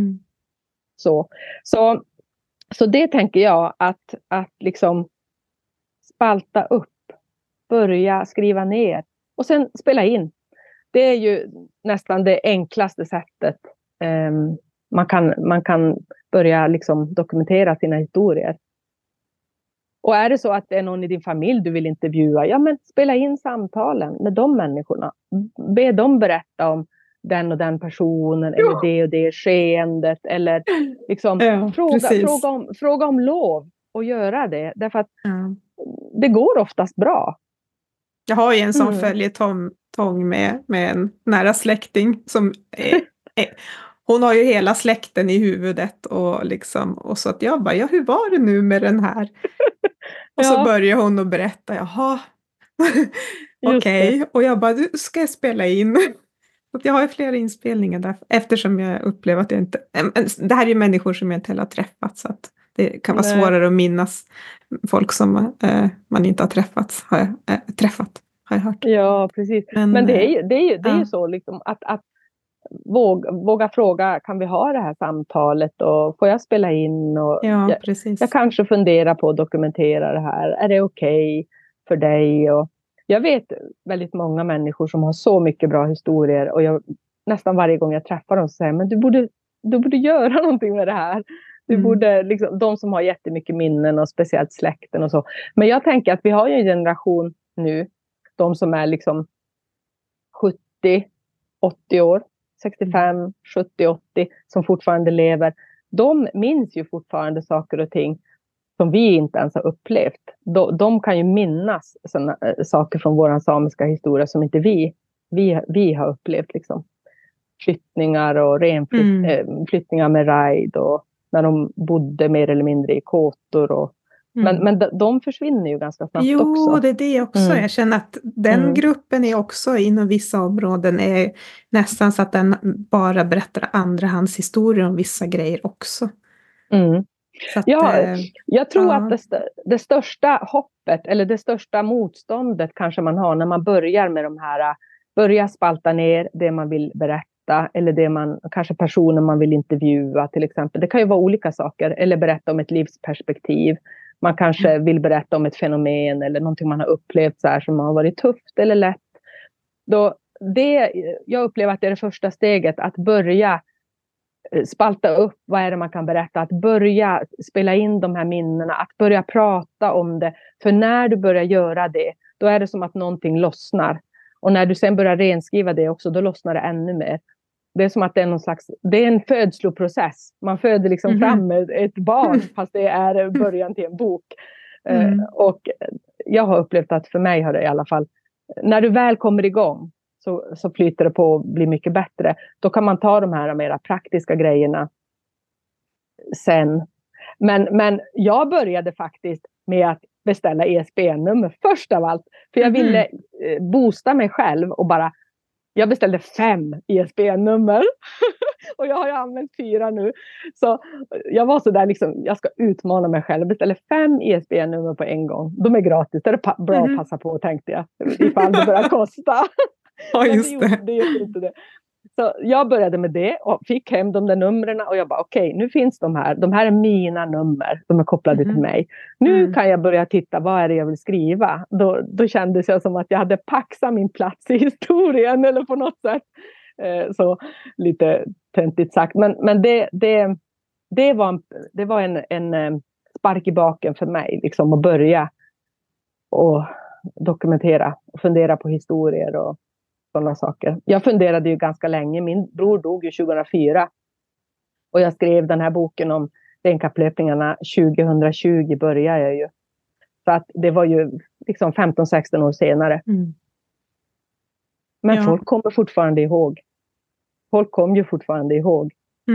Så det tänker jag att liksom spalta upp, börja skriva ner och sen spela in. Det är ju nästan det enklaste sättet. Man kan börja liksom dokumentera sina historier. Och är det så att det är någon i din familj du vill intervjua, ja men spela in samtalen med de människorna. Be dem berätta om den och den personen eller det och det skeendet. Eller liksom fråga om lov och göra det. Därför att det går oftast bra. Jag har ju en sån följetong med en nära släkting som hon har ju hela släkten i huvudet och så att jag bara, hur var det nu med den här? Och så börjar hon att berätta, jaha, okej. Och jag bara, du ska spela in. Jag har ju flera inspelningar där, eftersom jag upplever att jag inte, det här är ju människor som jag inte heller har träffat, så att det kan vara svårare att minnas folk som man inte har träffat, har jag hört. Ja, precis. Men det är ju så liksom att våga fråga, kan vi ha det här samtalet och får jag spela in och jag kanske funderar på att dokumentera det här, är det okej för dig? Och jag vet väldigt många människor som har så mycket bra historier. Och nästan varje gång jag träffar dem så säger jag, men du borde göra någonting med det här. Du borde, liksom, de som har jättemycket minnen och speciellt släkten och så. Men jag tänker att vi har ju en generation nu, de som är liksom 70, 80 år, 65, 70, 80, som fortfarande lever. De minns ju fortfarande saker och ting som vi inte ens har upplevt. De kan ju minnas såna saker från vår samiska historia som inte vi har upplevt. Liksom. Flyttningar och flyttningar med raid och när de bodde mer eller mindre i kåtor. Och, men de försvinner ju ganska snabbt också. Jo, det är det också. Jag känner att den gruppen är också inom vissa områden är nästan så att den bara berättar andrahandshistorier om vissa grejer också. Så att, jag tror att det största hoppet eller det största motståndet kanske man har när man börjar med de här, börja spalta ner det man vill berätta eller det kanske personer man vill intervjua till exempel. Det kan ju vara olika saker eller berätta om ett livsperspektiv. Man kanske vill berätta om ett fenomen eller någonting man har upplevt så här som har varit tufft eller lätt. Jag upplever att det är det första steget att börja spalta upp vad är det man kan berätta, att börja spela in de här minnena, att börja prata om det. För när du börjar göra det, då är det som att någonting lossnar. Och när du sen börjar renskriva det också, då lossnar det ännu mer. Det är som att det är det är en födsloprocess. Man föder liksom fram ett barn fast det är början till en bok. Och jag har upplevt att för mig har det i alla fall, när du väl kommer igång så flyter det på och blir mycket bättre. Då kan man ta de här mera praktiska grejerna sen. Men jag började faktiskt med att beställa ISBN-nummer först av allt. För jag ville boosta mig själv och jag beställde 5 ISBN-nummer. Och jag har ju använt 4 nu. Så jag var så där liksom, jag ska utmana mig själv. Jag beställde 5 ISBN-nummer på en gång. De är gratis, det är bra att passa på tänkte jag. Ifall det börjar kosta. Ja, just det gjorde inte det. Så jag började med det och fick hem de där numren och jag bara okej, nu finns de här. De här är mina nummer, de är kopplade till mig. Nu kan jag börja titta, vad är det jag vill skriva? Då kändes jag som att jag hade paxat min plats i historien eller på något sätt. Så lite töntigt sagt. Men det var en spark i baken för mig liksom, att börja och dokumentera och fundera på historier och sådana saker. Jag funderade ju ganska länge. Min bror dog ju 2004. Och jag skrev den här boken om renkapplöpningarna 2020 började jag ju. Så att det var ju liksom 15-16 år senare. Men folk kommer fortfarande ihåg. Folk kom ju fortfarande ihåg.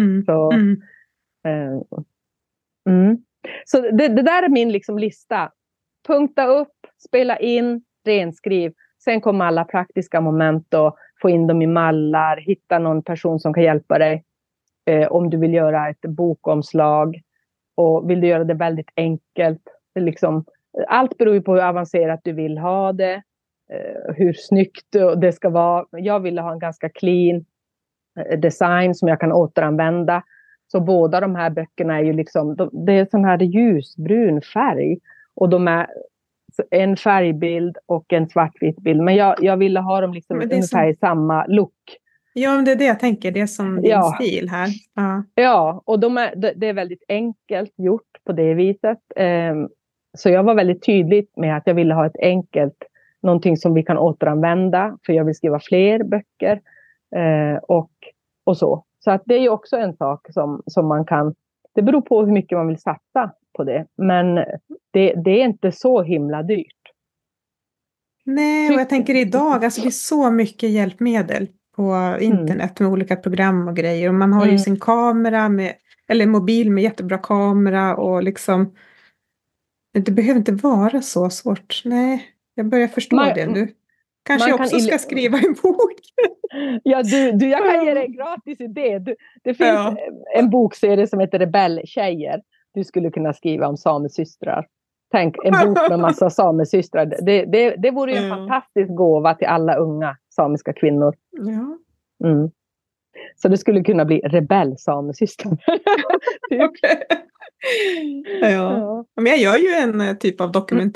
Så det där är min liksom lista. Punkta upp, spela in, renskriv. Sen kommer alla praktiska moment och få in dem i mallar. Hitta någon person som kan hjälpa dig. Om du vill göra ett bokomslag. Och vill du göra det väldigt enkelt. Allt beror ju på hur avancerat du vill ha det. Hur snyggt det ska vara. Jag ville ha en ganska clean design som jag kan återanvända. Så båda de här böckerna är ju liksom. Det är sån här ljusbrun färg. Och de är en färgbild och en svartvit bild. Men jag ville ha dem liksom ungefär i samma look. Ja, men det är det jag tänker. Det är som din stil här. Ja, och det är väldigt enkelt gjort på det viset. Så jag var väldigt tydlig med att jag ville ha ett enkelt, någonting som vi kan återanvända. För jag vill skriva fler böcker. Och så. Så att det är ju också en sak som man kan. Det beror på hur mycket man vill satsa på det. Men det är inte så himla dyrt. Nej, och jag tänker idag, alltså det är så mycket hjälpmedel på internet med olika program och grejer. Och man har ju sin kamera eller mobil med jättebra kamera och liksom. Det behöver inte vara så svårt. Nej, jag börjar förstå det nu. Kanske jag också ska skriva en bok. Ja, jag kan ge dig en gratis idé. Det finns en bokserie som heter Rebelltjejer. Du skulle kunna skriva om samesystrar. Tänk, en bok med massa samesystrar. Det vore ju en fantastisk gåva till alla unga samiska kvinnor. Ja. Så det skulle kunna bli rebell-samesystrar. Typ. Okay. Ja. Men jag gör ju en typ av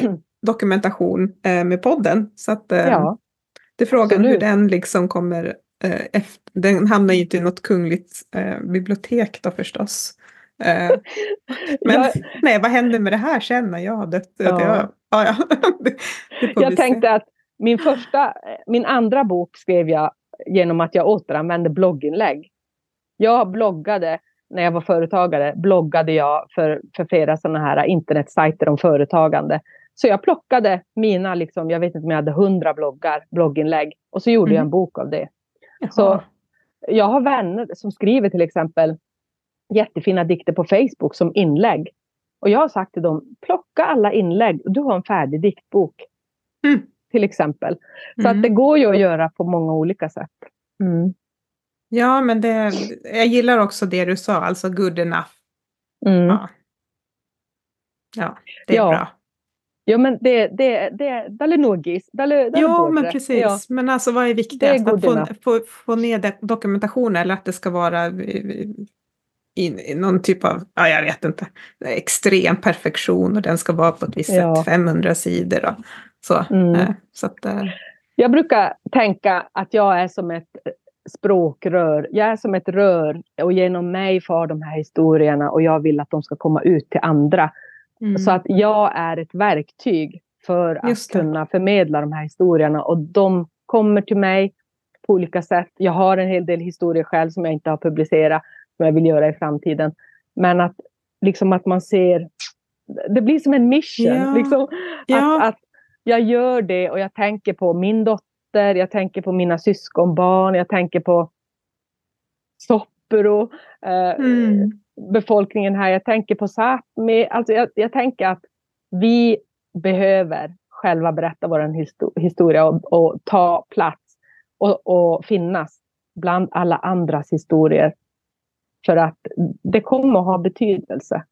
dokumentation med podden. Så att Ja, det är frågan hur absolut. den liksom kommer efter. Den hamnar ju inte i något kungligt bibliotek då förstås. Men Jag, nej, vad händer med det här sen när jag har dött? ja. Ja. Det får vi Jag se. tänkte att min andra bok skrev jag genom att jag återanvände blogginlägg. Jag bloggade, när jag var företagare, bloggade jag för flera sådana här internetsajter om företagande. Så jag plockade mina, liksom, jag vet inte om jag hade 100 blogginlägg. Och så gjorde jag en bok av det. Jaha. Så jag har vänner som skriver till exempel jättefina dikter på Facebook som inlägg. Och jag har sagt till dem, plocka alla inlägg och du har en färdig diktbok. Till exempel. Så att det går ju att göra på många olika sätt. Ja, men jag gillar också det du sa, alltså good enough. Ja, det är bra. Ja, men det är nogis. Ja, men precis. Ja. Men alltså vad är viktigast? Att få ner dokumentation eller att det ska vara i någon typ av, jag vet inte, extrem perfektion och den ska vara på ett visst sätt, 500 sidor och så. Så att, jag brukar tänka att jag är som ett språkrör. Jag är som ett rör och genom mig far de här historierna och jag vill att de ska komma ut till andra. Så att jag är ett verktyg för att kunna förmedla de här historierna och de kommer till mig på olika sätt. Jag har en hel del historier själv som jag inte har publicerat som jag vill göra i framtiden. Men att, liksom att man ser, det blir som en mission. Liksom, att jag gör det och jag tänker på min dotter, jag tänker på mina syskonbarn, jag tänker på Soppero, befolkningen här, jag tänker på Sápmi. Alltså jag tänker att vi behöver själva berätta vår historia och ta plats och finnas bland alla andras historier. För att det kommer att ha betydelse.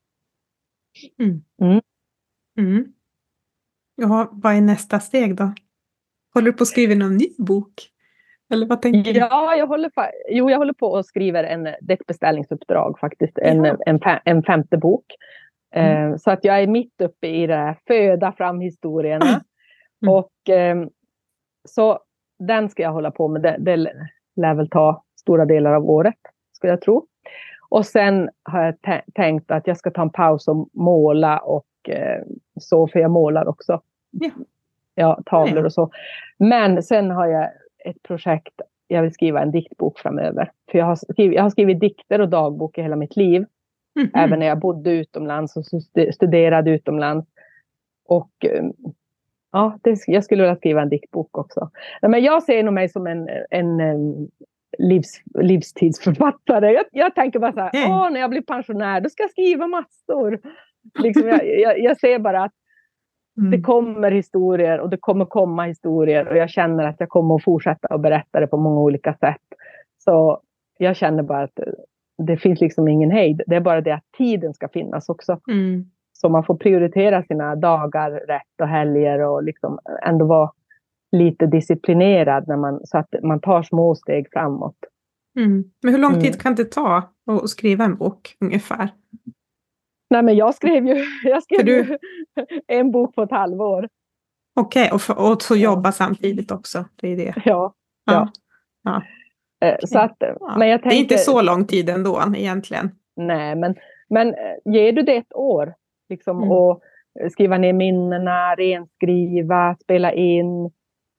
Ja, vad är nästa steg då? Håller du på att skriva någon ny bok? Eller vad tänker du? Ja, jag håller på att skriva ett beställningsuppdrag faktiskt. En femte bok. Så att jag är mitt uppe i det här, föda fram historierna. Och så den ska jag hålla på med. Det lär väl ta stora delar av året, skulle jag tro. Och sen har jag tänkt att jag ska ta en paus och måla och så, för jag målar också. Ja, tavlor och så. Men sen har jag ett projekt, jag vill skriva en diktbok framöver. För jag har skrivit dikter och dagbok i hela mitt liv. Även när jag bodde utomlands och studerade utomlands. Och jag skulle vilja skriva en diktbok också. Men jag ser nog mig som en livstidsförfattare. Jag tänker bara så här, när jag blir pensionär, då ska jag skriva massor. Liksom, jag ser bara att det kommer historier och det kommer komma historier och jag känner att jag kommer att fortsätta att berätta det på många olika sätt. Så jag känner bara att det finns liksom ingen hejd. Det är bara det att tiden ska finnas också. Så man får prioritera sina dagar rätt och helger och liksom ändå vara lite disciplinerad så att man tar små steg framåt. Men hur lång tid kan det ta att skriva en bok ungefär? Nej, men jag skrev ju en bok på ett halvår. Okej, och så jobba samtidigt också. Det är det. Ja. Så att, men jag tänker, det är inte så lång tid ändå egentligen. Nej, men ger du det ett år liksom, och skriva ner minnena, renskriva, spela in,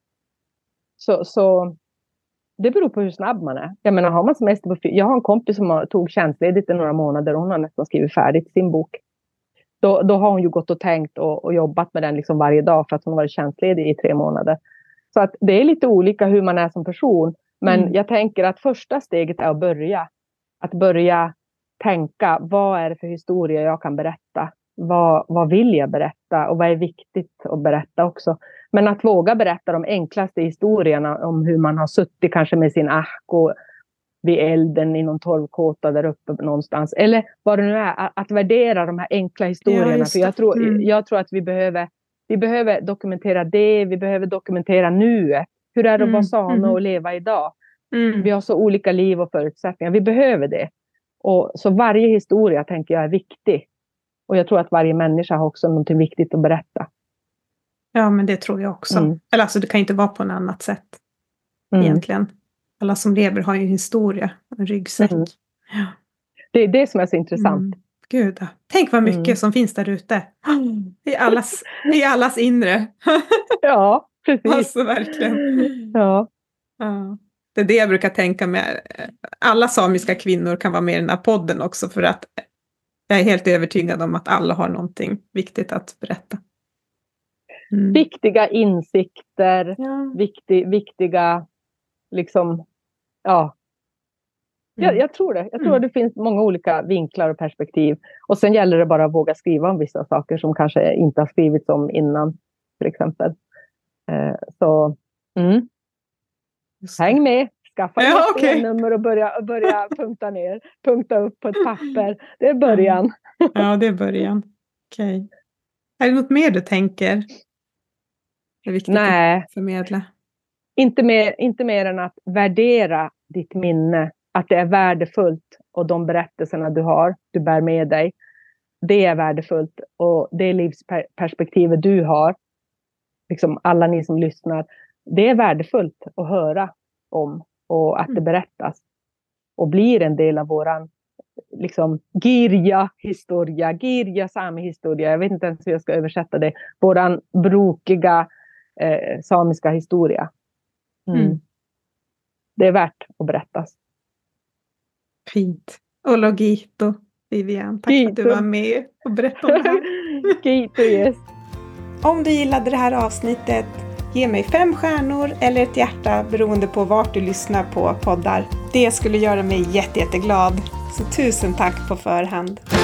så det beror på hur snabb man är. Jag menar, har man semester jag har en kompis som tog tjänstledigt i några månader och hon har nästan skrivit färdigt sin bok. Då har hon ju gått och tänkt och jobbat med den liksom varje dag för att hon har varit tjänstledig i 3 månader. Så att det är lite olika hur man är som person. Men jag tänker att första steget är att börja tänka, vad är det för historia jag kan berätta? Vad vill jag berätta? Och vad är viktigt att berätta också? Men att våga berätta de enklaste historierna om hur man har suttit kanske med sin ahko vid elden i någon torvkåta där uppe någonstans. Eller vad det nu är, att värdera de här enkla historierna. För jag tror att vi behöver dokumentera det, vi behöver dokumentera nuet. Hur är det att vara same och leva idag? Vi har så olika liv och förutsättningar, vi behöver det. Och så varje historia tänker jag är viktig. Och jag tror att varje människa har också något viktigt att berätta. Ja, men det tror jag också. Eller alltså det kan inte vara på något annat sätt. Egentligen. Alla som lever har ju en historia. En ryggsäck. Ja. Det är det som är så intressant. Gud, tänk vad mycket som finns där ute. I allas inre. Ja, precis. Alltså verkligen. Ja. Det är det jag brukar tänka med. Alla samiska kvinnor kan vara med i den här podden också. För att jag är helt övertygad om att alla har någonting viktigt att berätta. Viktiga insikter. Ja. Viktiga liksom. Ja. Jag tror det. Jag tror att det finns många olika vinklar och perspektiv. Och sen gäller det bara att våga skriva om vissa saker som kanske inte har skrivits om innan. Till exempel. Så häng med. Skaffa ett nummer och börja punkta upp på ett papper. Det är början. Ja, det är början. Okej. Är det något mer du tänker? Det är viktigt att förmedla. Inte mer än att värdera ditt minne. Att det är värdefullt. Och de berättelserna du bär med dig. Det är värdefullt. Och det livsperspektivet du har. Liksom alla ni som lyssnar. Det är värdefullt att höra om. Och att det berättas. Och blir en del av våran liksom Girja-historia. Girja-sami-historia. Jag vet inte ens hur jag ska översätta det. Våran brokiga samiska historia. Det är värt att berättas. Fint. Och Logito, Vivian. Tack för att du var med och berättade om det här. Gito, yes. Om du gillade det här avsnittet, ge mig 5 stjärnor eller ett hjärta beroende på vart du lyssnar på poddar. Det skulle göra mig jätteglad. Så tusen tack på förhand.